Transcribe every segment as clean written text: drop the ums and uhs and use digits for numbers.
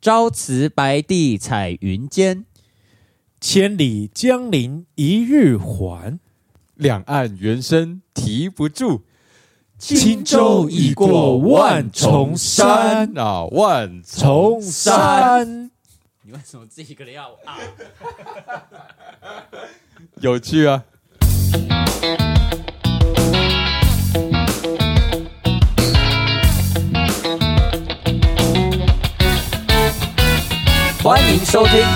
朝辞白帝彩云间， 千里江陵一日还， 两岸猿声啼不住。 轻舟已过万重山啊，万重山。 你为什么自己一个人要啊？ 有趣啊！ 欢迎收听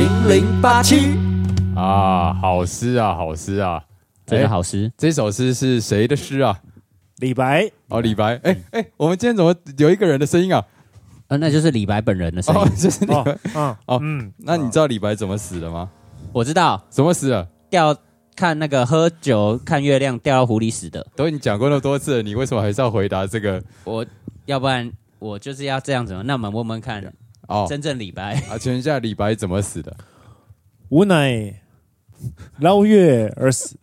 0087 啊，好诗啊，好诗啊！ 真的好诗。 这首诗是谁的诗啊？ 李白哦，李白。我们今天怎么有一个人的声音啊？ 那就是李白本人的声音。 就是李白。那你知道李白怎么死的吗？ 我知道， 怎么死的？ 看那个喝酒看月亮掉到湖里死的。 都已经讲过那么多次了，你为什么还是要回答这个？ 要不然我就是要这样子嘛。那我们问问看，真正李白啊，请问一下李白怎么死的？ 无奈捞月而死。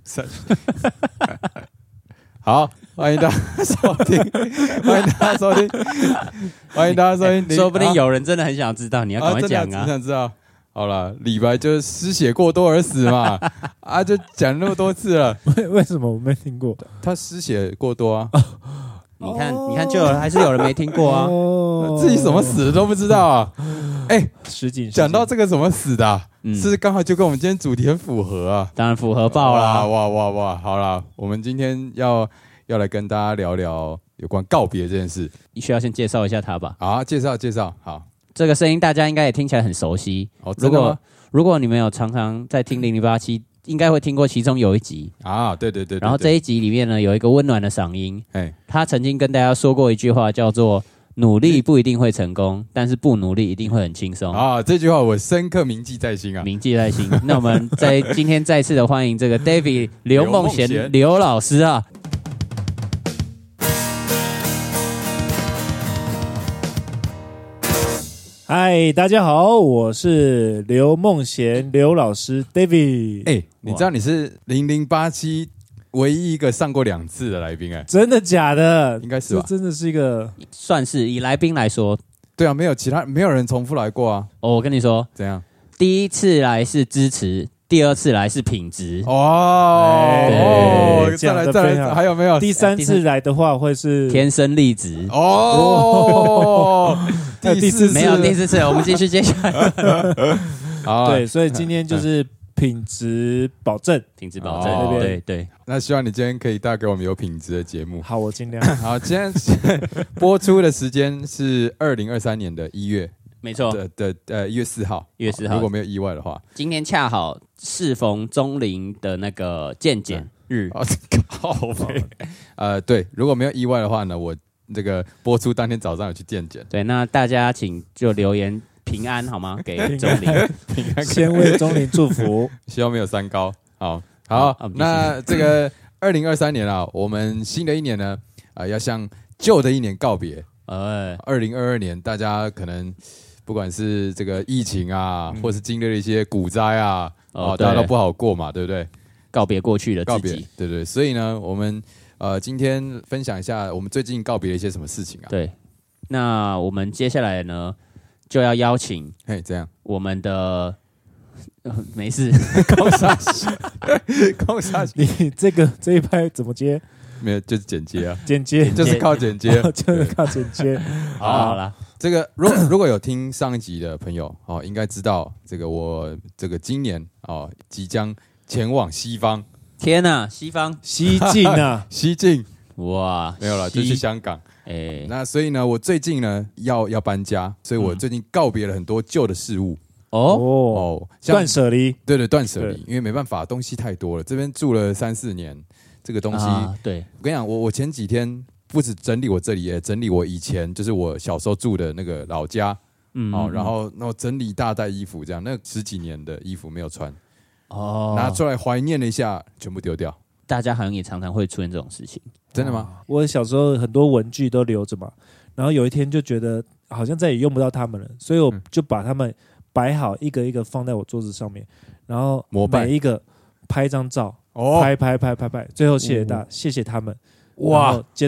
好，欢迎大家收听，欢迎大家收听，欢迎大家收听。 说不定有人真的很想知道，你要赶快讲啊！真想知道。好了，李白就是失血过多而死嘛，啊，就讲那么多次了。 为什么我没听过？ 他失血过多啊。 你看，就还是有人没听过啊。 自己怎么死的都不知道啊。讲到这个怎么死的，是刚好就跟我们今天主题很符合啊。 当然符合爆啦！ 哇！好啦，我们今天要来跟大家聊聊有关告别这件事。 你需要先介绍一下他吧？ 啊，介绍。好， 这个声音大家应该也听起来很熟悉。 真的吗？ 如果你们有常常在听0087，应该会听过其中有一集啊。对。 然后这一集里面呢，有一个温暖的嗓音。他曾经跟大家说过一句话，叫做“努力不一定会成功，但是不努力一定会很轻松”。 啊，这句话我深刻铭记在心啊！ 铭记在心。那我们今天再次的欢迎这个 David 刘梦贤刘老师啊。 嗨，大家好，我是刘梦贤刘老师 David。 你知道你是0087唯一一个上过2次的来宾真的假的？ 应该是吧？ 这真的是一个， 算是以来宾来说， 对啊，没有人重复来过啊。 我跟你说， 怎样？ 第一次来是支持，第二次来是品质。 再来，还有没有？ 第三次来的话会是天生丽质。 第四次没有第四次，我们继续接下来。 对，所以今天就是品质保证， 对。 那希望你今天可以带给我们有品质的节目。 好，我尽量。 好，今天播出的时间是2023年的1月， 没错的1月4号 ，1月4号， 如果没有意外的话， 今天恰好适逢中龄的那个健检日。 对，如果没有意外的话呢，我这个播出当天早上有去健检。 对，那大家请就留言平安好吗？给中龄平安， 先为中龄祝福， 希望没有三高。好，那这个2023年啊，我们新的一年呢，要向旧的一年告别。2022年，大家可能不管是这个疫情啊，或是经历了一些股灾啊，大家都不好过嘛，对不对？ 告别过去的自己， 对。所以呢，我们今天分享一下我们最近告别了一些什么事情啊？ 对，那我们接下来呢，就要邀请这样我们的没事， 空杀， 你这一拍怎么接？ 没有，就是剪接啊， 剪接就是靠剪接， 就是靠剪接。 好啦， 这个如果有听上一集的朋友应该知道这个我这个今年即将前往西方。 天哪，西境啊， 西境， 哇， 没有了，就去香港。那所以呢，我最近呢要搬家，所以我最近告别了很多旧的事物。 断舍离， 对，断舍离，因为没办法，东西太多了。这边住了3-4年，这个东西， 对， 我跟你讲，我前几天不止整理我这里，也整理我以前就是我小时候住的那个老家，然后整理大袋衣服，这样那10几年的衣服没有穿。拿出来怀念了一下，全部丢掉。 大家好像也常常会出现这种事情， 真的吗？ 我小时候很多文具都留着嘛，然后有一天就觉得好像再也用不到它们了，所以我就把它们摆好，一个一个放在我桌子上面，然后每一个拍一张照，拍，最后谢谢他们，哇，接着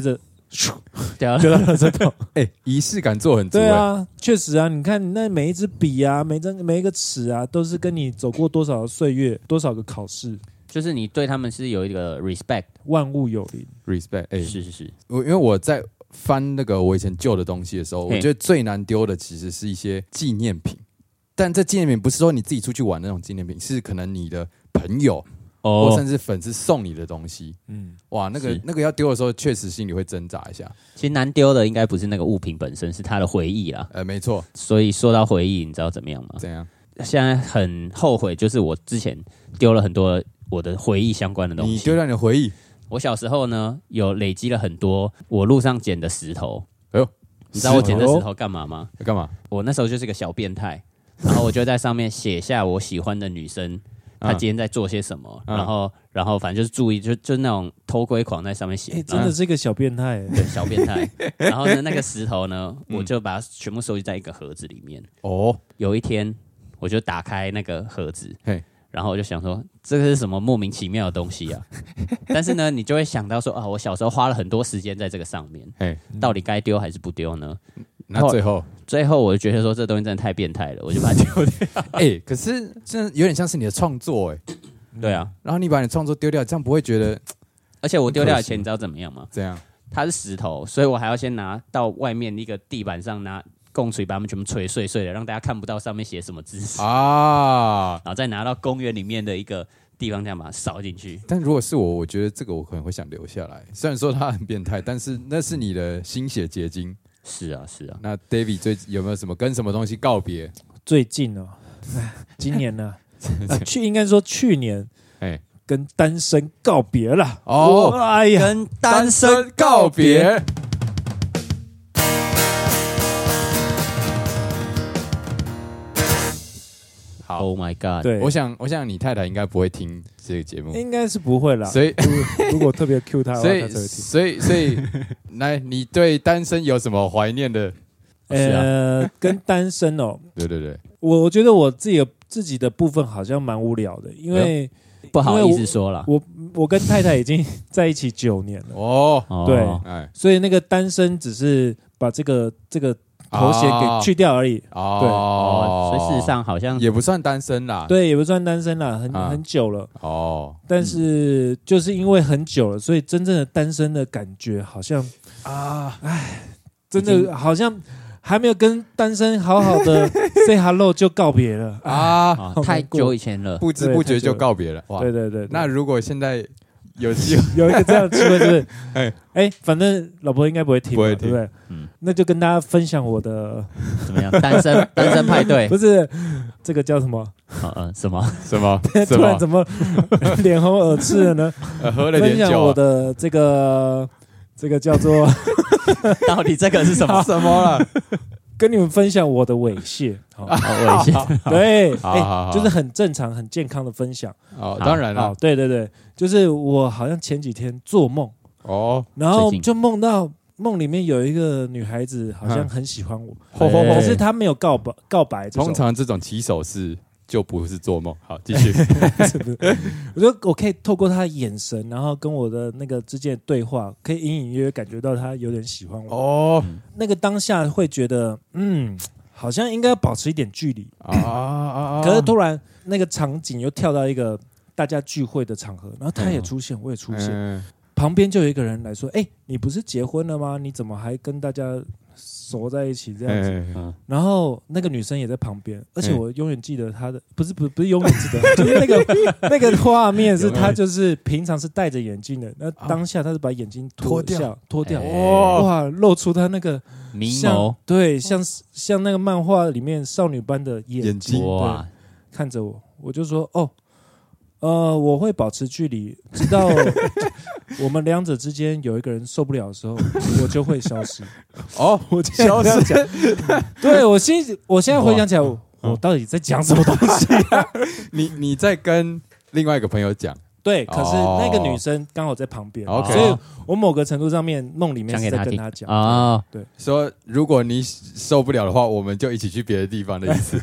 丢到垃圾桶。 仪式感做很足。 对啊，确实啊，你看那每一支笔啊，每一个尺啊，都是跟你走过多少岁月，多少个考试。 就是你对他们是有一个 respect， 万物有灵 respect。 是， 因为我在翻那个我以前旧的东西的时候，我觉得最难丢的其实是一些纪念品。但这纪念品不是说你自己出去玩那种纪念品，是可能你的朋友或甚至粉丝送你的东西。哇，那个要丢的时候，确实心里会挣扎一下。 其实难丢的应该不是那个物品本身，是它的回忆啦。 没错。 所以说到回忆，你知道怎么样吗？ 怎样？ 现在很后悔，就是我之前丢了很多我的回忆相关的东西。 你丢掉你的回忆？ 我小时候呢，有累积了很多我路上捡的石头。 哎呦， 你知道我捡的石头干嘛吗？ 干嘛？ 我那时候就是个小变态，然后我就在上面写下我喜欢的女生，她今天在做些什么，然后反正就是注意，就那种偷窥狂在上面写。 真的是一个小变态。 对，小变态。然后呢，那个石头呢，我就把它全部收集在一个盒子里面。有一天我就打开那个盒子。然后我就想说，这个是什么莫名其妙的东西啊？但是呢，你就会想到说，我小时候花了很多时间在这个上面，到底该丢还是不丢呢？ 那最后我就觉得说，这东西真的太变态了，我就把它丢掉。 可是这有点像是你的创作， 对啊。 然后你把你创作丢掉，这样不会觉得？ 而且我丢掉的钱，你知道怎么样吗？ 怎样？ 它是石头，所以我还要先拿到外面一个地板上拿共锤把它们全部锤碎碎的，让大家看不到上面写什么字然后再拿到公园里面的一个地方，这样把它扫进去。 但如果是我觉得这个我可能会想留下来。虽然说它很变态，但是那是你的心血结晶。 是啊。 那 David 有没有什么跟什么东西告别？ 最近今年呢，应该说去年，跟单身告别了。 哎呀，跟单身告别。Oh my god！ 对， 我想你太太应该不会听这个节目， 应该是不会啦。 所以如果特别 cue 他的话，他才会听。 所以，来，你对单身有什么怀念的？ 跟单身对， 我觉得我自己的部分好像蛮无聊的，因为不好意思说了， 我跟太太已经在一起9年了。对，所以那个单身只是把这个头衔给去掉而已。对， 所以事实上好像也不算单身啦。 对，也不算单身啦，很久了。但是就是因为很久了，所以真正的单身的感觉好像真的好像还没有跟单身好好的 say hello 就告别了太久以前了， 不知不觉就告别了。哇， 对。 那如果现在有机会有一个这样的机会，是不是？反正老婆应该不会听，对不对？那就跟大家分享我的怎么样？单身派对不是这个叫什么？ 什么？ 突然怎么脸红耳赤了呢？ 喝了点酒。 分享我的这个叫做到底这个是什么？ 什么了？ 跟你们分享我的猥亵， 猥亵， 对，就是很正常、很健康的分享。 当然了， 对，就是我好像前几天做梦，然后就梦到梦里面有一个女孩子，好像很喜欢我，可是她没有告白。 通常这种起手式就不是做梦。好，继续。 我觉得我可以透过她的眼神，然后跟我的那个之间的对话，可以隐隐约约感觉到她有点喜欢我。那个当下会觉得，好像应该要保持一点距离可是突然那个场景又跳到一个大家聚会的场合，然后她也出现，我也出现，旁边就有一个人来说：“你不是结婚了吗？你怎么还跟大家熟在一起这样子？”然后那个女生也在旁边，而且我永远记得她的，不是永远记得，就是那个画面是她就是平常是戴着眼镜的，那当下她是把眼镜脱掉，哇，露出她那个明眸， 对，像那个漫画里面少女般的眼睛，哇，看着我，我就说我会保持距离，直到我们两者之间有一个人受不了的时候，我就会消失。 我消失。 对，我现在回想起来，我到底在讲什么东西你在跟另外一个朋友讲？ 对，可是那个女生刚好在旁边，所以我某个程度上面梦里面是在跟她讲对， 说如果你受不了的话，我们就一起去别的地方的意思。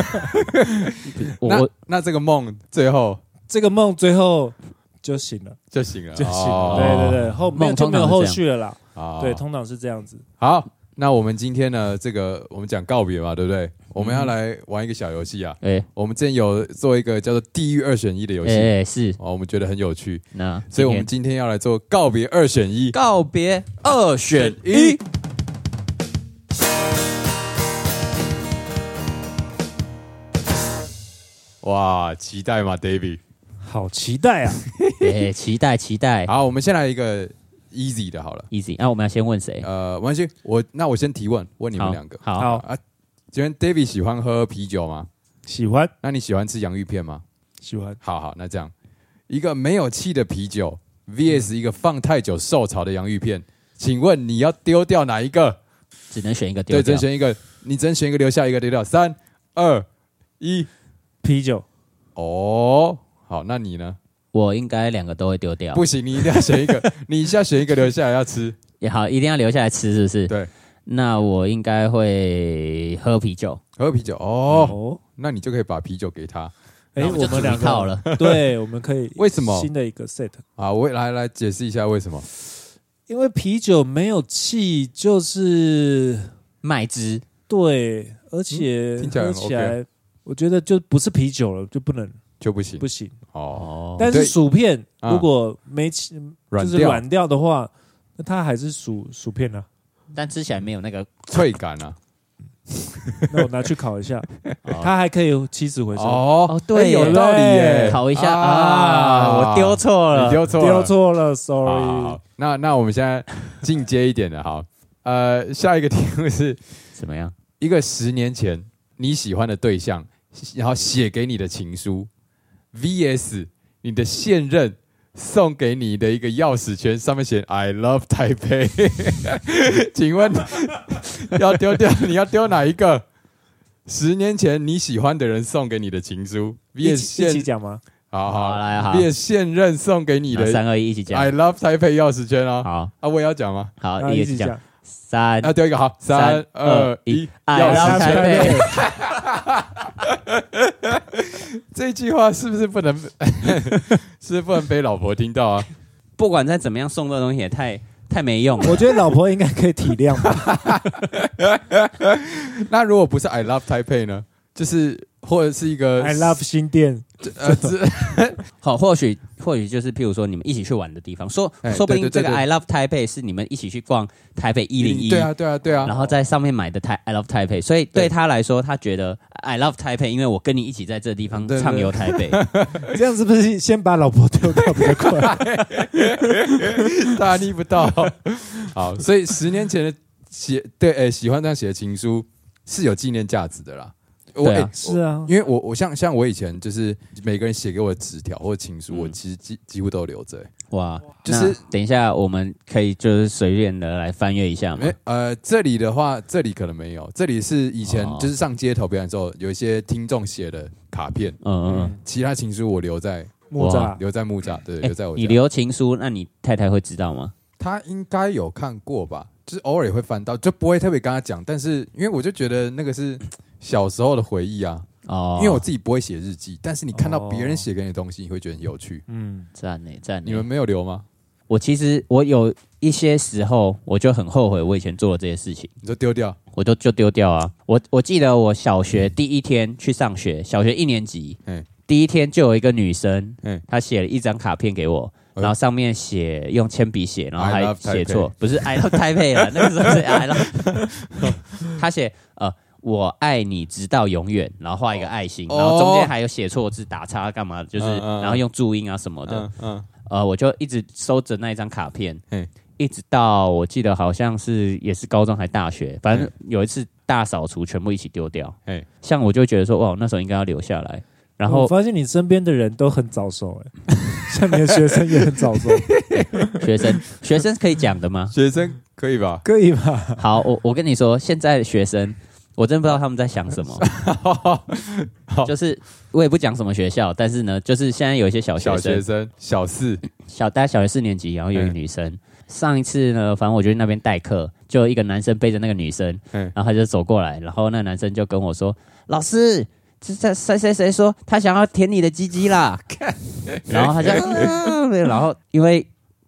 那这个梦最后。 这个梦最后就醒了， 对， 后面就没有后续了啦。 对，通常是这样子。 好，那我们今天呢，这个我们讲告别嘛，对不对？我们要来玩一个小游戏啊。我们之前有做一个叫做地狱2选1的游戏， 是我们觉得很有趣。 那所以我们今天要来做告别2选1。 告别2选1。 哇，期待吗 ，David？ 好期待啊！ 期待。 好，我们先来一个 easy 的，好了 ，easy。那我们要先问谁？ 没关系，我先提问你们两个。 好啊，今天 David 喜欢喝啤酒吗？ 喜欢。 那你喜欢吃洋芋片吗？ 喜欢。 好，那这样，一个没有气的啤酒 vs 一个放太久受潮的洋芋片，请问你要丢掉哪一个？ 只能选一个丢掉。 对，只能选一个，你只能选一个留下一个丢掉。3、2、1， 啤酒。 哦，好，那你呢？ 我应该2个都会丢掉。 不行，你一定要选一个，你一下选一个留下来要吃。 也好，一定要留下来吃，是不是？ 对。 那我应该会喝啤酒。 哦，那你就可以把啤酒给他。 我们就2套了。 对，我们可以。 为什么？ 新的一个 set 啊，我来解释一下为什么。 因为啤酒没有气，就是麦汁。 对，而且喝起来，我觉得就不是啤酒了，就不行哦。 但是薯片如果没气，就是软掉的话，那它还是薯片啊。 但吃起来没有那个脆感啊。 那我拿去烤一下，它还可以70回升。 哦，对， 有道理耶， 烤一下啊！我丢错了， 你丢错了 ，sorry。 那我们现在进阶一点的，好，下一个题目是怎么样？ 一个10年前你喜欢的对象，然后写给你的情书 ，vs 你的现任送给你的一个钥匙圈，上面写 "I love Taipei"， 请问要丢掉，你要丢哪一个？10年前你喜欢的人送给你的情书， 一起讲吗？ 好来好。 vs现任送给你的 3、2、1一起讲 "I love Taipei" 钥匙圈哦。 好啊，我也要讲吗？ 好，一起讲。 要丢一个，好，3、2、1， I love Taipei。 这句话是不是不能被老婆听到啊？ 不管再怎么样送这东西也太没用了。 我觉得老婆应该可以体谅吧。 那如果不是 I love Taipei 呢？就是或者是一个 I love 新店。 好，或许就是譬如说你们一起去玩的地方，说不定这个 I love Taipei 是你们一起去逛台北101， 对啊， 然后在上面买的I love Taipei， 所以对他来说，他觉得 I love Taipei， 因为我跟你一起在这个地方畅游台北， 这样是不是先把老婆丢掉比较快？ 大逆不道。好，所以10年前的喜欢这样写的情书是有纪念价值的啦。 是啊， 因为我像我以前就是每个人写给我的纸条或者情书，我其实几乎都有留着。 哇，就是等一下我们可以就是随便的来翻阅一下嘛。 这里的话，这里可能没有，这里是以前就是上街头表演的时候，有一些听众写的卡片。其他情书我留在木栅，对，留在我家。 你留情书，那你太太会知道吗？ 她应该有看过吧，就是偶尔也会翻到，就不会特别跟她讲。但是因为我就觉得那个是小时候的回忆啊，因为我自己不会写日记，但是你看到别人写给你的东西，你会觉得很有趣。 赞耶！ 你们没有留吗？ 我有一些时候我就很后悔我以前做的这些事情， 你就丢掉， 我就丢掉啊。我记得我小学第一天去上学，小学1年级，第一天就有一个女生，她写了一张卡片给我。然后上面用铅笔写，然后还写错，不是 I love Taipei 了，那个时候是 I love。他写我爱你直到永远，然后画一个爱心，然后中间还有写错字、打叉干嘛，就是然后用注音啊什么的。我就一直收着那一张卡片，一直到我记得好像也是高中还大学，反正有一次大扫除，全部一起丢掉。像我就觉得说，哇，那时候应该要留下来。然后我发现你身边的人都很早熟，像你的学生也很早熟。 学生可以讲的吗？ 学生可以吧？ 可以吧？ 好，我跟你说，现在的学生，我真不知道他们在想什么。就是我也不讲什么学校，但是呢，就是现在有一些小学生，大概小学4年级，然后有一个女生。上一次呢，反正我就去那边代课，就有一个男生背着那个女生，然后他就走过来，然后那个男生就跟我说：“老师。”谁说他想要舔你的鸡鸡啦？然后他就，然后因为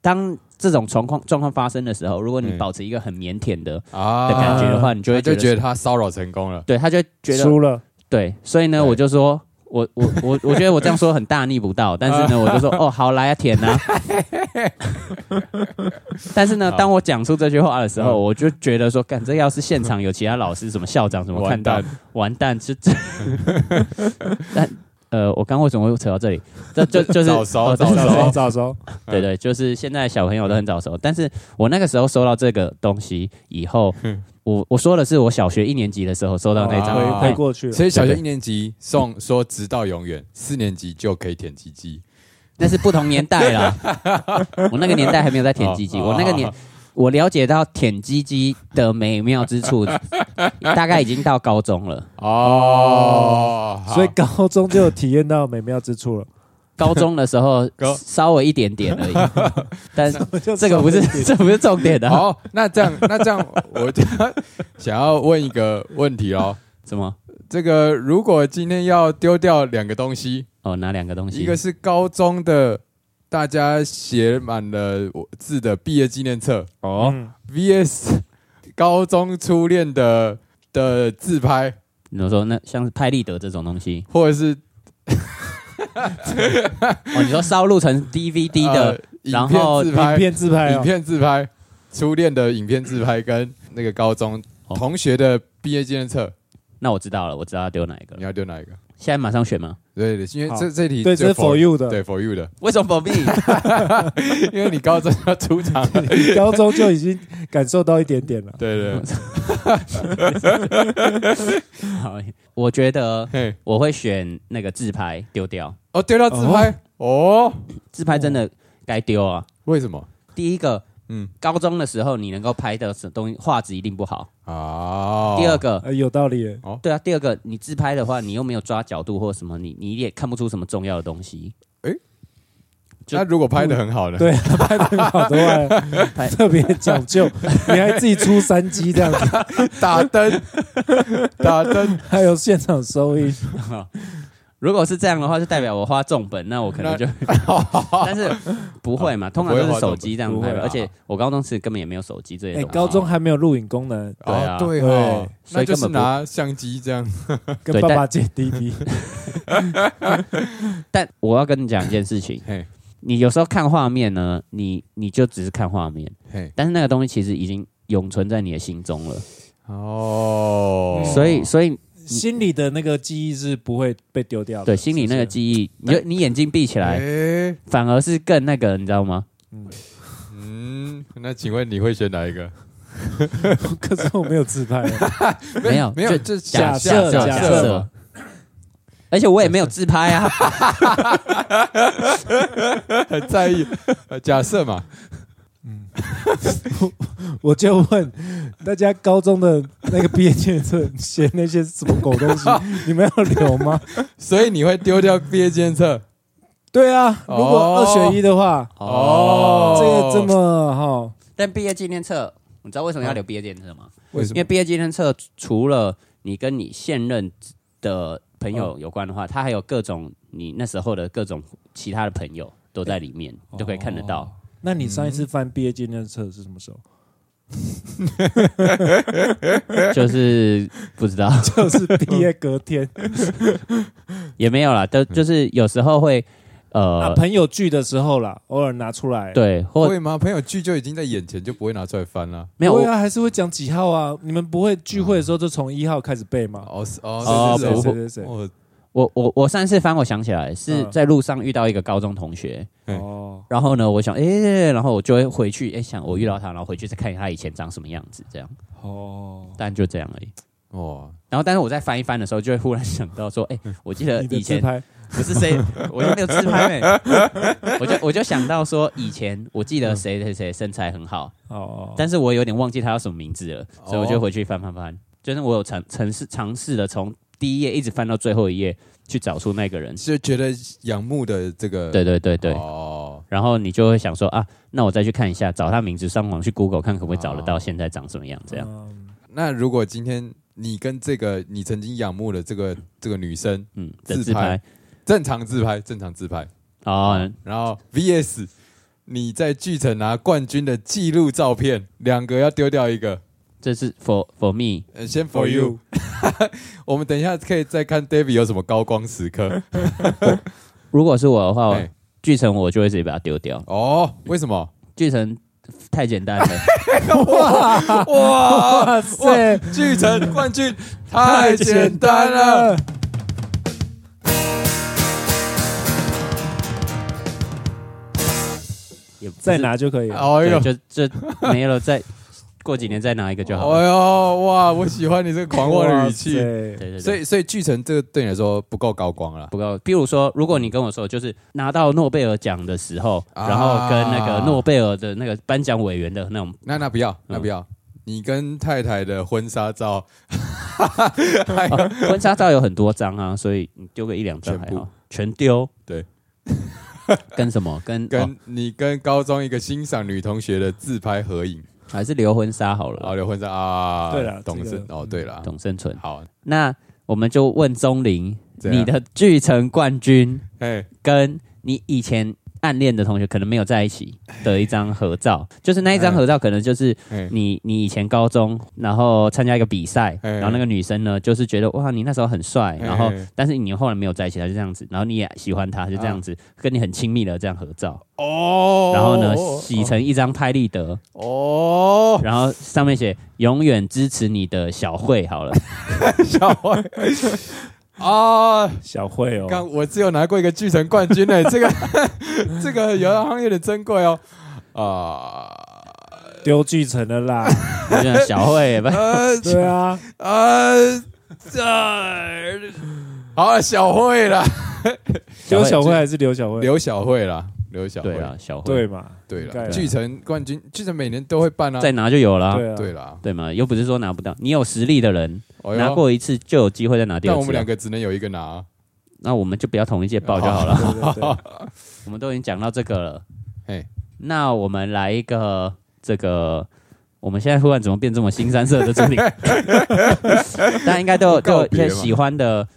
当这种状况发生的时候，如果你保持一个很腼腆的感觉的话，你就会觉得他骚扰成功了， 对，他就觉得输了， 对，所以呢，我就说。我觉得我这样说很大逆不道，但是呢，我就说哦，好来啊，舔啊。但是呢，当我讲出这句话的时候，我就觉得说，干这要是现场有其他老师、什么校长什么看到，完蛋，但我刚为什么会扯到这里？就是早熟， 对，就是现在小朋友都很早熟，但是我那个时候收到这个东西以后。我说的是我小学1年级的时候收到那张推过去了， 所以小学1年级说直到永远，4年级就可以舔鸡鸡， 那是不同年代啦。我那个年代还没有在舔鸡鸡，我了解到舔鸡鸡的美妙之处，大概已经到高中了所以高中就有体验到美妙之处了。 高中的时候稍微一点点而已，但这不是重点的。 好，那这样，我想要问一个问题哦。 什么？ 这个如果今天要丢掉2个东西， 哪2个东西？ 一个是高中的大家写满了字的毕业纪念册，VS 高中初恋的自拍。 你说那像是拍立得这种东西， 或者是？ 你说烧录成 DVD 的，然后影片自拍，初恋的影片自拍跟那个高中同学的毕业纪念册。 那我知道了，我知道要丢哪一个。 你要丢哪一个？ 现在马上选吗？ 对，因为这题对，这是 for you 的， 对 for you 的。 为什么 for me？ 因为你高中要出场， 你高中就已经感受到一点点了。 对。 好，我觉得我会选那个自拍丢掉。 丢掉自拍自拍真的该丢啊！ 为什么？ 第一个，高中的时候你能够拍的东西画质一定不好第二个， 有道理耶。 对啊，第二个，你自拍的话，你又没有抓角度或什么，你也看不出什么重要的东西。 那如果拍得很好呢？ 对，拍得很好的话，特别讲究，你还自己出3G这样子， 打灯， 还有现场收音。 如果是这样的话，就代表我花重本，那我可能就，但是不会嘛，通常都是手机这样拍，而且我高中时根本也没有手机这些东西。 高中还没有录影功能， 对，所以就是拿相机这样跟爸爸借 DV。 但我要跟你讲一件事情，你有时候看画面呢，你就只是看画面，但是那个东西其实已经永存在你的心中了。所以。 心里的那个记忆是不会被丢掉的。 对，心里那个记忆，你眼睛闭起来，反而是更那个，你知道吗？ 那请问你会选哪一个？ 可是我没有自拍， 没有， 就假设， 而且我也没有自拍啊， 很在意假设嘛。 我就问大家，高中的那个毕业纪念册写那些什么狗东西，你们要留吗？ 所以你会丢掉毕业纪念册？ 对啊，如果2选1的话，这个这么但毕业纪念册，你知道为什么要留毕业纪念册吗？ 为什么？ 因为毕业纪念册除了你跟你现任的朋友有关的话，它还有各种你那时候的各种其他的朋友都在里面，都可以看得到。 那你上一次翻毕业纪念册是什么时候？ 就是不知道， 就是毕业隔天， 也没有啦，就是有时候会朋友聚的时候啦，偶尔拿出来。 对， 会吗？朋友聚就已经在眼前，就不会拿出来翻了。 没有啊，还是会讲几号啊？你们不会聚会的时候就从1号开始背吗？ 谁？ 我上次翻，我想起来是在路上遇到一个高中同学，然后呢，我想，然后我就会回去，想我遇到他，然后回去再看他以前长什么样子，这样，但就这样而已，然后但是我在翻一翻的时候，就会忽然想到说，我记得以前不是谁，我又没有自拍，我就想到说，以前我记得谁身材很好，但是我有点忘记他叫什么名字了，所以我就回去翻，就是我有尝试的从第1页一直翻到最后1页，去找出那个人， 就觉得仰慕的这个， 对，然后你就会想说那我再去看一下，找他名字上网去 Google 看可不可以找得到现在长什么样，这样。 那如果今天你跟这个你曾经仰慕的这个女生， 自拍， 正常自拍，然后 VS 你在巨城拿冠军的纪录照片，2个要丢掉一个。 这是 for me， 先 for you。我们等一下可以再看 David 有什么高光时刻。 如果是我的话，巨城我就会直接把它丢掉。 哦，为什么？ 巨城太简单了。 哇塞！巨城冠军太简单了。 再拿就可以了。 哎呦， 就没了，再过几年再拿一个就好了。 哎呦，哇！我喜欢你这个狂妄的语气。 对。 所以巨城这个对你来说不够高光了， 不够。比如说，如果你跟我说，就是拿到诺贝尔奖的时候，然后跟那个诺贝尔的那个颁奖委员的那种， 那不要，那不要。你跟太太的婚纱照， 婚纱照有很多张啊，所以你丢个1-2张还好，全丢。 对。 跟什么？跟你跟高中一个欣赏女同学的自拍合影， 还是留婚纱好了？ 留婚纱啊！ 对了， 懂生对了， 懂生存。 好， 那我们就问钟林，你的巨城冠军，跟你以前暗恋的同学可能没有在一起的一张合照，就是那一张合照可能就是你以前高中然后参加一个比赛，然后那个女生呢就是觉得哇你那时候很帅，然后但是你后来没有在一起，她就这样子，然后你也喜欢她，就这样子跟你很亲密的这样合照哦，然后呢洗成一张拍立得哦，然后上面写永远支持你的小慧好了， 小慧。啊， 小慧哦！ 刚我只有拿过一个巨城冠军呢，这个有好像有点珍贵哦。 丢巨城了啦！ 小慧吧？ 对啊， 好小慧啦， 丢小慧还是刘小慧？ 刘小慧啦。刘小慧对啊，小慧对嘛？ 对了，巨城冠军，巨城每年都会办啊， 再拿就有了。 对啦， 对嘛？又不是说拿不到，你有实力的人拿过一次就有机会再拿第二次。 但我们2个只能有一个拿， 那我们就不要同一届报就好了。我们都已经讲到这个了，那我们来一个这个，我们现在忽然怎么变这么新三色的主题？大家应该都有一些喜欢的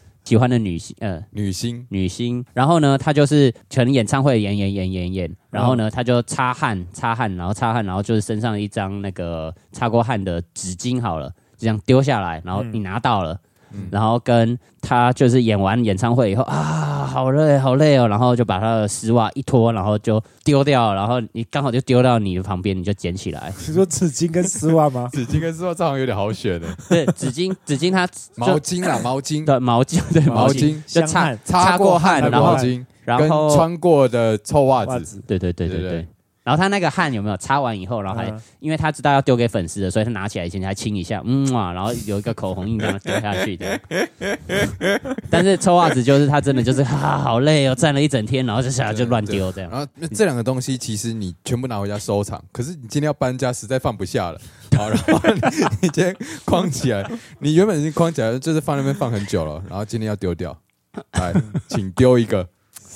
女星，然后呢，她就是可能演唱会演，然后呢，她就擦汗，然后就是身上一张那个擦过汗的纸巾好了，就这样丢下来，然后你拿到了，然后跟她就是演完演唱会以后啊，好累哦，然后就把她的丝袜一脱，然后就丢掉，然后你刚好就丢到你的旁边，你就捡起来。 你说纸巾跟丝袜吗？ 纸巾跟丝袜这好像有点好选的。 对，纸巾它毛巾啦，毛巾对毛巾就擦过汗，然后穿过的臭袜子， 对。然后他那个汗有没有擦完以后，然后还因为他知道要丢给粉丝的，所以他拿起来以前还亲一下，然后有一个口红印这样丢下去的。但是臭袜子就是他真的就是好累哦，站了一整天，然后就下来就乱丢这样。 然后这2个东西其实你全部拿回家收藏，可是你今天要搬家实在放不下了，好，然后你今天框起来，你原本已经框起来，就是放那边放很久了，然后今天要丢掉，来，请丢一个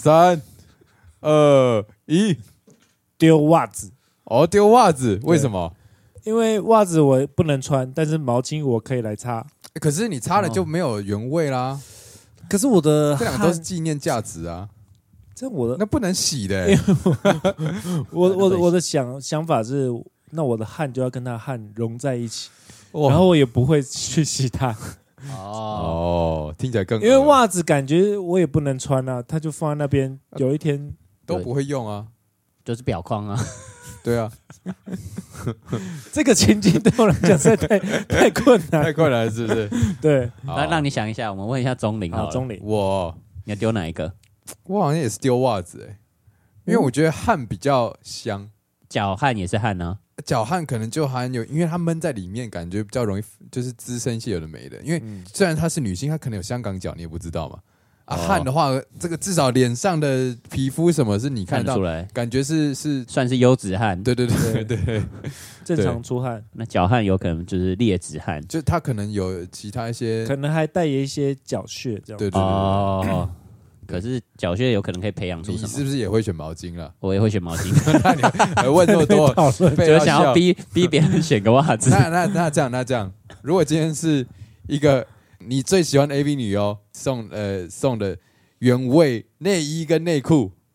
，3、2、1。 丢袜子丢袜子，为什么？ 因为袜子我不能穿，但是毛巾我可以来擦。 可是你擦了就没有原味啦。 可是我的这2个都是纪念价值啊。 这我的那不能洗的。 我的想法是，那我的汗就要跟他汗融在一起，然后我也不会去洗它。 听起来更因为袜子感觉我也不能穿啊，它就放在那边，有一天都不会用啊。 就是表框啊， 对啊， 这个情境对我来讲实在太困难， 太困难是不是？ 对， 那让你想一下，我们问一下钟林好了， 钟林， 你要丢哪一个？ 我好像也是丢袜子因为我觉得汗比较香， 脚汗也是汗啊， 脚汗可能就含有，因为它闷在里面，感觉比较容易就是滋生一些有的没的。因为虽然她是女性，她可能有香港脚，你也不知道嘛。汗的话，这个至少脸上的皮肤什么是你看到， 出来感觉是算是优质汗。 对， 正常出汗。 那脚汗有可能就是劣质汗， 就它可能有其他一些， 可能还带有一些脚屑这样。 对。 可是脚屑有可能可以培养出什么？ 你是不是也会选毛巾了？ 我也会选毛巾。 那你还问这么多， 就想要逼别人选个袜子。 那这样，如果今天是一个你最喜欢的 AV 女优送的原味内衣跟内裤，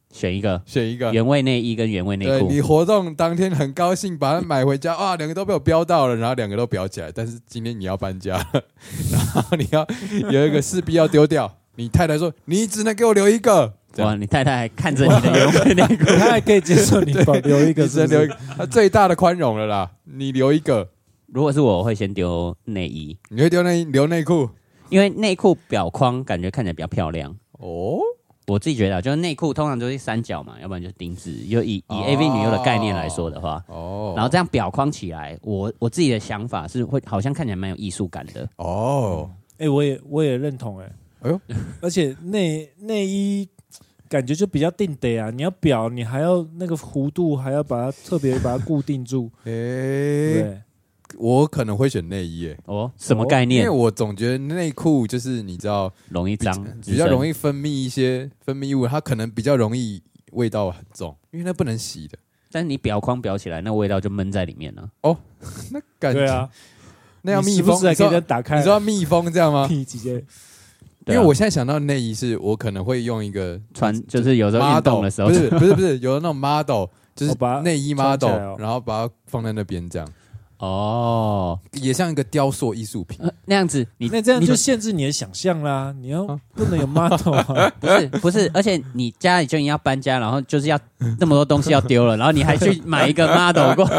选一个原味内衣跟原味内裤。 对，你活动当天很高兴把它买回家，哇，两个都被我标到了，然后两个都裱起来。但是今天你要搬家了，然后你要有一个势必要丢掉。你太太说你只能给我留一个。 哇，你太太还看着你的原味内裤， 她还可以接受你保留一个， 只能留一个，她最大的宽容了啦。你留一个。 如果是我会先丢内衣。 你会留内裤？ 因为内裤表框感觉看起来比较漂亮哦。我自己觉得，就是内裤通常都是三角嘛，要不然就是丁字。以 AV 女优的概念来说的话，然后这样表框起来，我自己的想法是会好像看起来蛮有艺术感的哦。 我也认同哎呦，而且内衣感觉就比较定得啊，你要表，你还要那个弧度，还要特别把它固定住。对。 我可能会选内衣耶。 哦，什么概念？ 因为我总觉得内裤就是你知道容易脏， 比较容易分泌一些分泌物，它可能比较容易味道很重，因为那不能洗的。 但是你表框裱起来，那味道就闷在里面了。 哦，那感觉对啊， 那要密封， 是不是可以打开？ 你说要密封这样吗？ 直接。 因为我现在想到内衣是我可能会用一个就是有时候运动的时候， 不是有那种 model， 就是内衣 model，然后把它放在那边这样。哦，也像一个雕塑艺术品那样子， 那这样就限制你的想象啦。你要不能有 model 啊？ 不是，而且你家里就已经要搬家，然后就是要那么多东西要丢了，然后你还去买一个 model 过。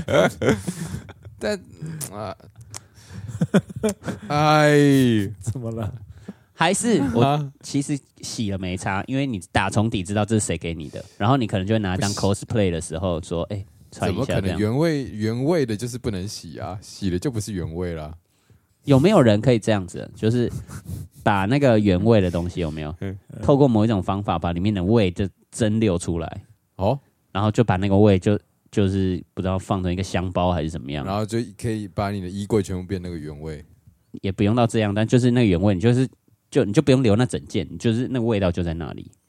但哎， 怎么了？ 还是我其实洗了没差，因为你打从底知道这是谁给你的，然后你可能就会拿来当 cosplay 的时候说，哎。 怎么可能原味的就是不能洗啊？洗了就不是原味啦。 有没有人可以这样子，就是把那个原味的东西有没有透过某一种方法把里面的味就蒸馏出来哦，然后就把那个味就是不知道放成一个香包还是怎么样， 然后就可以把你的衣柜全部变那个原味， 也不用到这样，但就是那个原味，你就不用留那整件，你就是那个味道就在那里。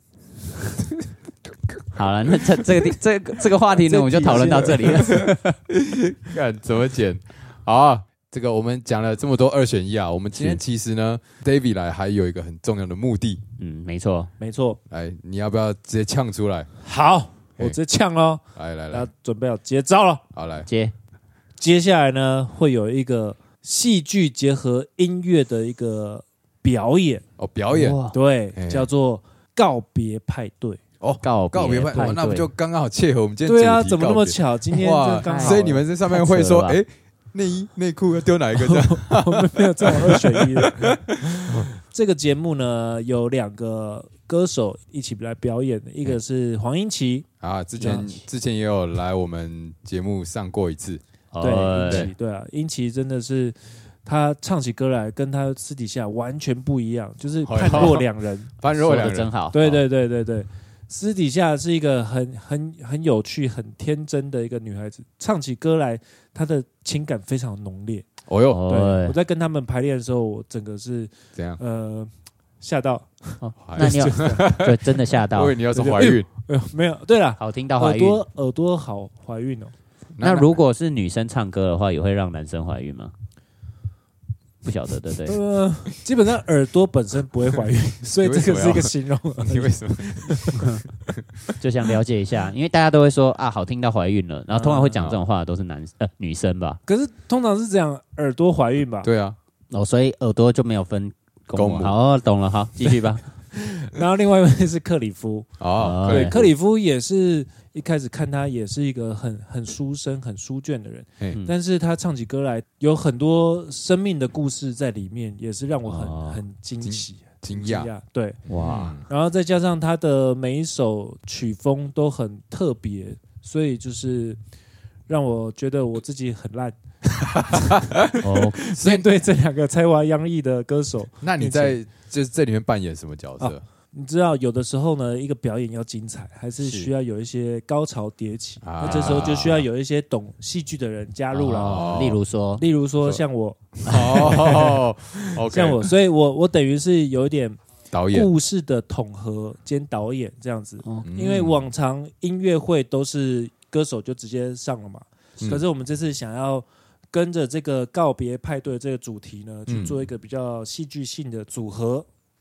好了，那这个话题呢，我们就讨论到这里了。 看怎么剪好啊！这个我们讲了这么多2选1啊，我们今天其实呢 ，David 来还有一个很重要的目的。 没错。 来，你要不要直接呛出来？ 好，我直接呛咯。 来， 准备好接招了。 好，来接下来呢，会有一个戏剧结合音乐的一个表演。 哦，表演对，叫做告别派对。 哦，告别派对，那不就刚刚好切合我们今天主题？对啊，怎么那么巧？今天刚好， 所以你们这上面会说，哎，内衣内裤要丢哪一个？这样我们没有这种2选1的。这个节目呢，有2个歌手一起来表演的，一个是黄英琦啊，之前也有来我们节目上过一次。 对啊，英琦真的是。他唱起歌来跟他私底下完全不一样，就是判若两人。 判若两人真好。 对，私底下是一个很有趣、很天真的一个女孩子，唱起歌来，她的情感非常浓烈。 哦哟， 对，我在跟他们排练的时候，我整个是怎样？ 吓到。 那你对真的吓到？ 因为你要说怀孕， 没有。对了， 好听到怀孕， 耳朵好怀孕哦。 那如果是女生唱歌的话，也会让男生怀孕吗？不晓得，对不对？ 基本上耳朵本身不会怀孕，所以这个是一个形容。 你为什么？ 就想了解一下，因为大家都会说啊，好听到怀孕了，然后通常会讲这种话的都是女生吧？ 可是通常是这样，耳朵怀孕吧？ 对啊， 所以耳朵就没有分公母。好，懂了，好，继续吧。 然后另外一位是克里夫对， 克里夫也是一开始看他也是一个很书生、很书卷的人，但是他唱起歌来有很多生命的故事在里面，也是让我很惊喜、 惊讶。 对， 哇！ 然后再加上他的每一首曲风都很特别，所以就是让我觉得我自己很烂。面对这2个才华洋溢的歌手， 那你在就是这里面扮演什么角色？ 你知道，有的时候呢，一个表演要精彩，还是需要有一些高潮迭起。那这时候就需要有一些懂戏剧的人加入了。 例如说， 像我， OK， 像我，所以我等于是有一点导演故事的统合兼导演这样子。因为往常音乐会都是歌手就直接上了嘛，可是我们这次想要跟着这个告别派对这个主题呢，去做一个比较戏剧性的组合。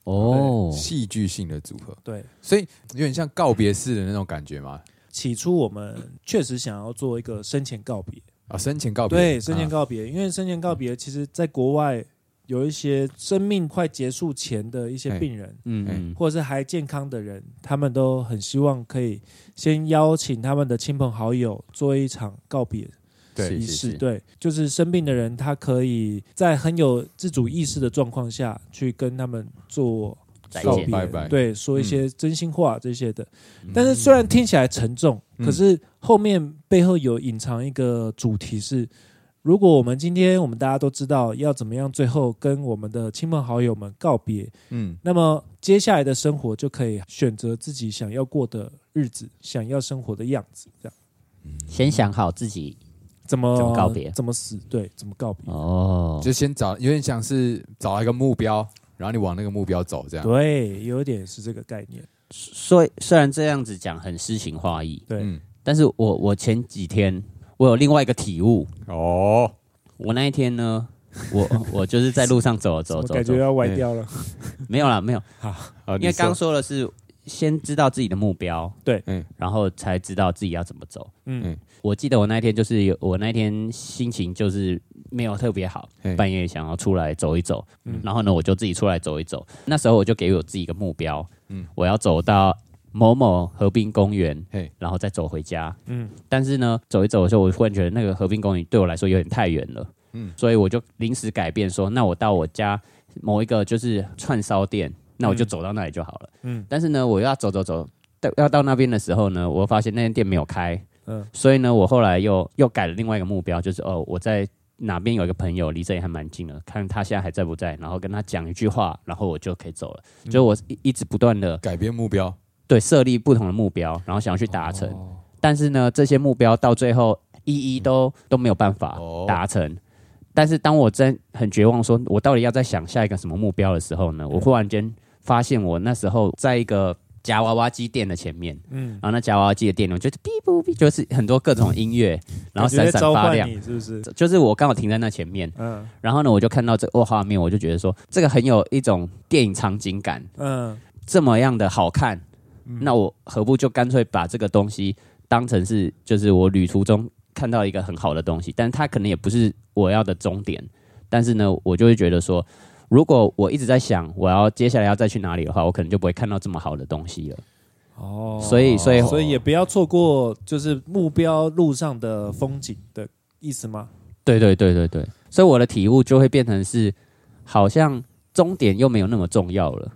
戏剧性的组合。 对， 所以有点像告别式的那种感觉嘛。 起初我们确实想要做一个生前告别生前告别， 对，生前告别，因为生前告别其实在国外有一些生命快结束前的一些病人，或者是还健康的人，他们都很希望可以先邀请他们的亲朋好友做一场告别仪式。对，就是生病的人，他可以在很有自主意识的状况下去跟他们做告别， 拜拜， 对，说一些真心话这些的。但是虽然听起来沉重，可是后面背后有隐藏一个主题是，如果我们今天我们大家都知道要怎么样最后跟我们的亲朋好友们告别，那么接下来的生活就可以选择自己想要过的日子，想要生活的样子，这样。 先想好自己怎么告别， 怎么死，对，怎么告别。 就先有点像是找一个目标，然后你往那个目标走，这样。 对，有点是这个概念。 所以虽然这样子讲很诗情画意， 对， 但是我前几天我有另外一个体悟。我那一天呢，我就是在路上走， 感觉要歪掉了。 没有，因为刚说的是先知道自己的目标， 对， 然后才知道自己要怎么走。我记得我那一天就是我那天心情就是没有特别好，半夜想要出来走一走，然后呢我就自己出来走一走。那时候我就给我自己一个目标，我要走到某某河滨公园，然后再走回家。但是呢走一走的时候，我忽然觉得那个河滨公园对我来说有点太远了，所以我就临时改变说，那我到我家某一个就是串烧店，那我就走到那里就好了。但是呢我要走，要到那边的时候呢，我发现那间店没有开。所以呢，我后来又改了另外一个目标，就是我在哪边有一个朋友，离这里还蛮近的，看他现在还在不在，然后跟他讲一句话，然后我就可以走了。就我一直不断的改变目标， 对，设立不同的目标，然后想要去达成。但是呢，这些目标到最后一都没有办法达成。但是当我真很绝望，说我到底要再想下一个什么目标的时候呢，我忽然间发现我那时候在一个夹娃娃机店的前面，然后那夹娃娃机的店里，我就是哔不哔，就是很多各种音乐，然后闪闪发亮， 是不是？ 就是我刚好停在那前面，然后呢，我就看到这个画面，我就觉得说，这个很有一种电影场景感，这么样的好看，那我何不就干脆把这个东西当成是，就是我旅途中看到一个很好的东西，但它可能也不是我要的终点，但是呢，我就会觉得说，如果我一直在想我要接下来要再去哪里的话，我可能就不会看到这么好的东西了。所以也不要错过就是目标路上的风景的意思吗？ 对。所以我的体悟就会变成是，好像终点又没有那么重要了。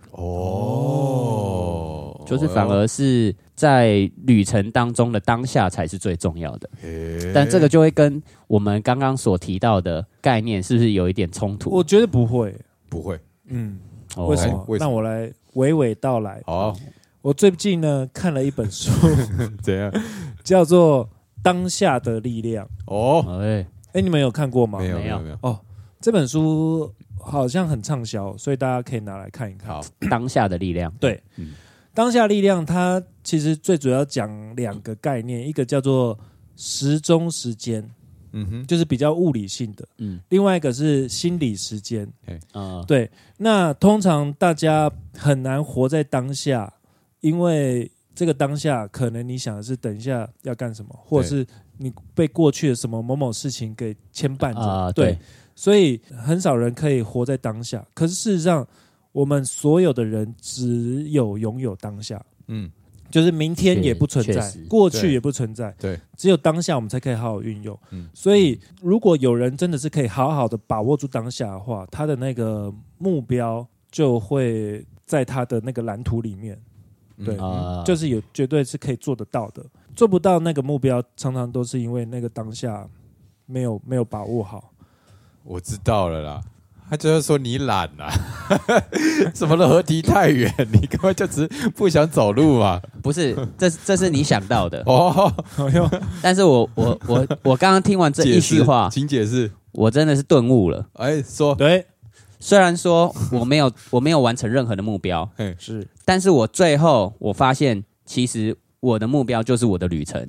就是反而是在旅程当中的当下才是最重要的。但这个就会跟我们刚刚所提到的概念是不是有一点冲突？ 我觉得不会。为什么？让我来娓娓道来。我最近呢看了一本书， 怎样？ 叫做《当下的力量》。你们有看过吗？ 没有。 这本书好像很畅销，所以大家可以拿来看一看。 当下的力量， 对，当下力量，它其实最主要讲两个概念，一个叫做时钟时间。就是比较物理性的，另外一个是心理时间，对。那通常大家很难活在当下，因为这个当下可能你想的是等一下要干什么，或者是你被过去的什么某某事情给牵绊着，对。所以很少人可以活在当下。可是事实上，我们所有的人只有拥有当下，就是明天也不存在，过去也不存在， 对， 只有当下我们才可以好好运用。所以如果有人真的是可以好好的把握住当下的话，他的那个目标就会在他的那个蓝图里面，对，就是绝对是可以做得到的。做不到那个目标，常常都是因为那个当下没有把握好。 我知道了啦。他就是说你懒啊，什么合体太远，你根本就只是不想走路嘛。 不是，这是你想到的但是我刚刚听完这一句话， 请解释， 我真的是顿悟了。 说对， 虽然说我没有完成任何的目标， 是，但是我最后我发现，其实我的目标就是我的旅程。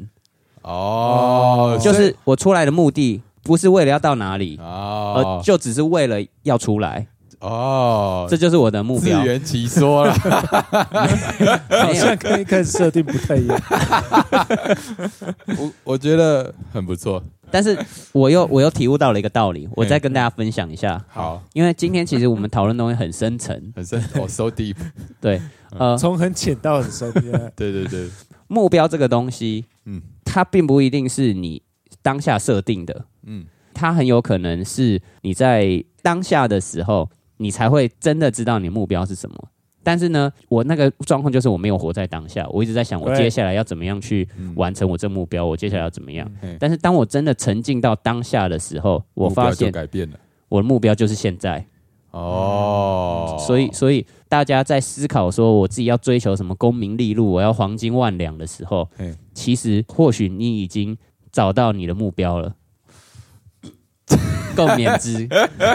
就是我出来的目的。不是为了要到哪里，就只是为了要出来。 这就是我的目标。 自圆其说了， 好像跟一开始设定不太一样。 我觉得很不错， 但是我又体悟到了一个道理，我再跟大家分享一下。 好， 因为今天其实我们讨论的东西很深沉， 很深，so deep。 对， 从很浅到很深。 对， 目标这个东西，它并不一定是你当下设定的，它很有可能是你在当下的时候，你才会真的知道你目标是什么。但是呢，我那个状况就是我没有活在当下，我一直在想我接下来要怎么样去完成我这目标，我接下来要怎么样。但是当我真的沉浸到当下的时候，我发现改变了， 我的目标就是现在。所以大家在思考说我自己要追求什么功名利禄，我要黄金万两的时候，其实或许你已经找到你的目标了。共勉之。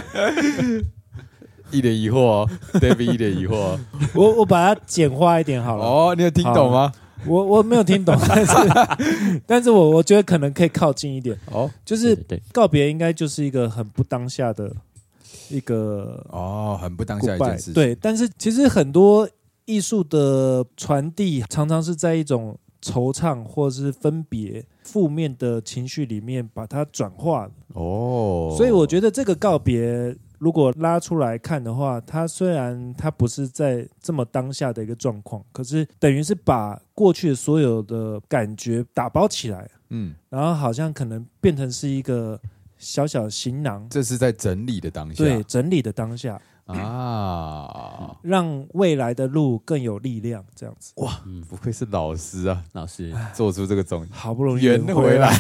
一脸疑惑哦 ，David 一脸疑惑哦。 我把它简化一点好了。 哦，你有听懂吗？ 我没有听懂，但是我觉得可能可以靠近一点。哦，就是告别应该就是一个很不当下的一个很不当下一件事情。 对，但是其实很多艺术的传递常常是在一种惆怅或是分别负面的情绪里面把它转化所以我觉得这个告别如果拉出来看的话，它虽然它不是在这么当下的一个状况，可是等于是把过去的所有的感觉打包起来，然后好像可能变成是一个小小行囊。 这是在整理的当下， 对，整理的当下让未来的路更有力量，这样子。 哇，不愧是老师啊， 老师做出这个总好不容易圆回来。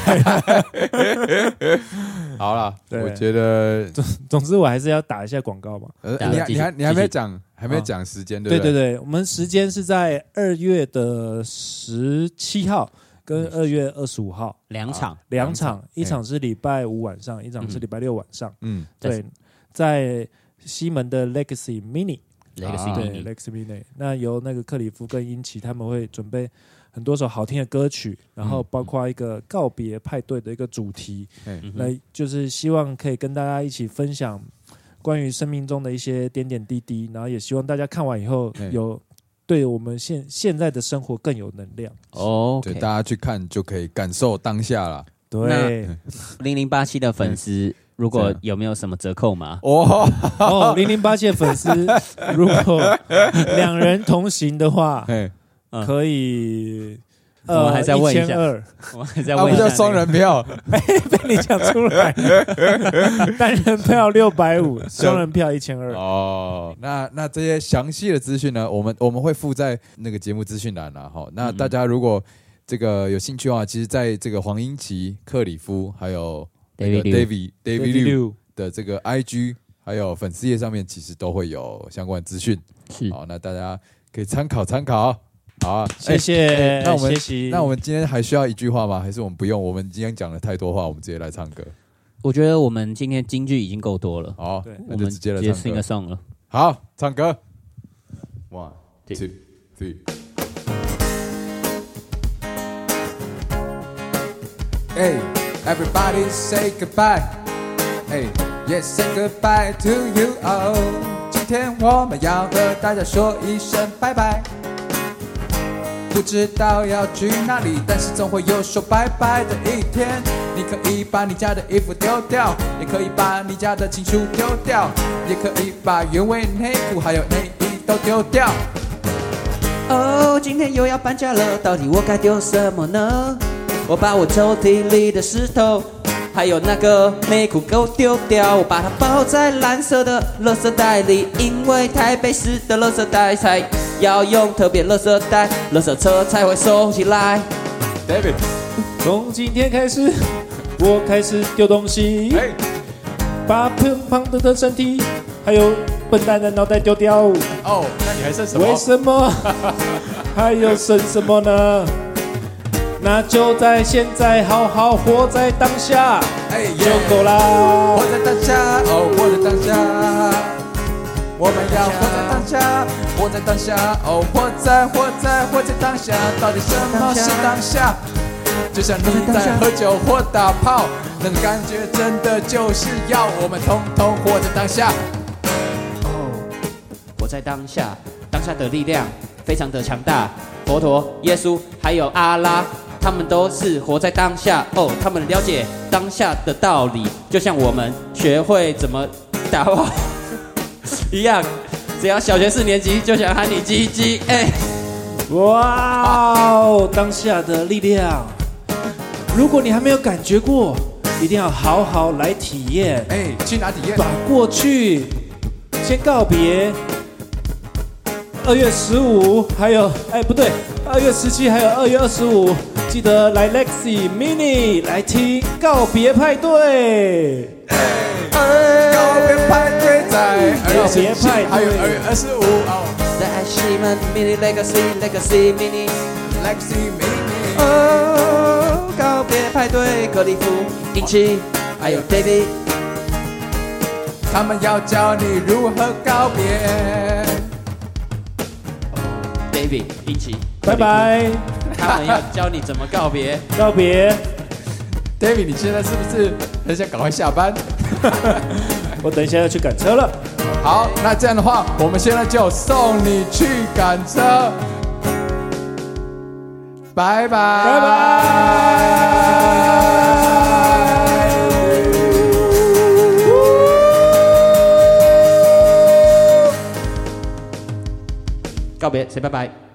好啦，我觉得总之我还是要打一下广告嘛。 你还没讲时间，对不对？对，我们时间是在2月的17号跟2月25号两场，一场是礼拜五晚上，一场是礼拜六晚上。对，在西门的 Legacy Mini， 那由那个克里夫跟英奇他们会准备很多首好听的歌曲，然后包括一个告别派对的一个主题，来就是希望可以跟大家一起分享关于生命中的一些点点滴滴，然后也希望大家看完以后有对我们现在的生活更有能量。 对，大家去看就可以感受当下了。 对 ，0087的粉丝如果有没有什么折扣码 ？0087的粉丝如果2人同行的话，可以。 我还在问一下 ，1200， 我还在问一下， 不叫双人票， 被你讲出来了。单人票650，双人票1200。 那这些详细的资讯呢，我们会附在那个节目资讯栏啦。那大家如果这个有兴趣的话，其实在这个黄英奇、克里夫还有David Liu 的这个 IG 还有粉丝页上面，其实都会有相关资讯。好，那大家可以参考。好， 谢谢。 那我们今天还需要一句话吗？还是我们不用？我们今天讲了太多话，我们直接来唱歌。 我觉得我们今天金句已经够多了。 好，那就直接来唱歌。 直接 sing a song 了。 好，唱歌。1, 2, 3。Hey, everybody say goodbye. Hey, yes, say goodbye to you all. 今天我们要和大家说一声拜拜。不知道要去哪里，但是总会有说拜拜的一天。你可以把你家的衣服丢掉，也可以把你家的情书丢掉，也可以把原味内裤还有内衣都丢掉。 今天又要搬家了，到底我该丢什么呢？我把我抽屉里的石头还有那个内裤给我丢掉，我把它包在蓝色的垃圾袋里，因为台北市的垃圾袋才要用特别垃圾袋，垃圾车才会收起来。 David， 从今天开始，我开始丢东西，把胖的身体还有笨蛋的脑袋丢掉。 那你还剩什么？ 为什么？还有剩什么呢？那就在现在好好活在当下就够啦。 活在当下，活在当下，我们要活在当下，活在当下，活在当下。到底什么是当下？就像你在喝酒或打炮，那个感觉真的就是要我们统统活在当下。 在当下，当下的力量非常的强大。佛陀、耶稣还有阿拉，他们都是活在当下哦，他们了解当下的道理，就像我们学会怎么打话一样。只要小学4年级就想喊你鸡鸡，哎， 哇哦，当下的力量！如果你还没有感觉过，一定要好好来体验。 哎，去哪体验？ 把过去先告别。2月15，还有不对，2月17，还有2月25，记得来 Lexi Mini 来听告别派对。 告别派对在2月17，还有2月25。 在西门 Mini Legacy Mini。告别派对，克里夫、英奇，还有 David， 他们要教你如何告别。 David、英奇， 拜拜。 他们要教你怎么告别。 告别。 David， 你现在是不是很想赶快下班？ 我等一下要去赶车了。 好，那这样的话，我们现在就送你去赶车。拜拜，拜拜。 告别，谁拜拜？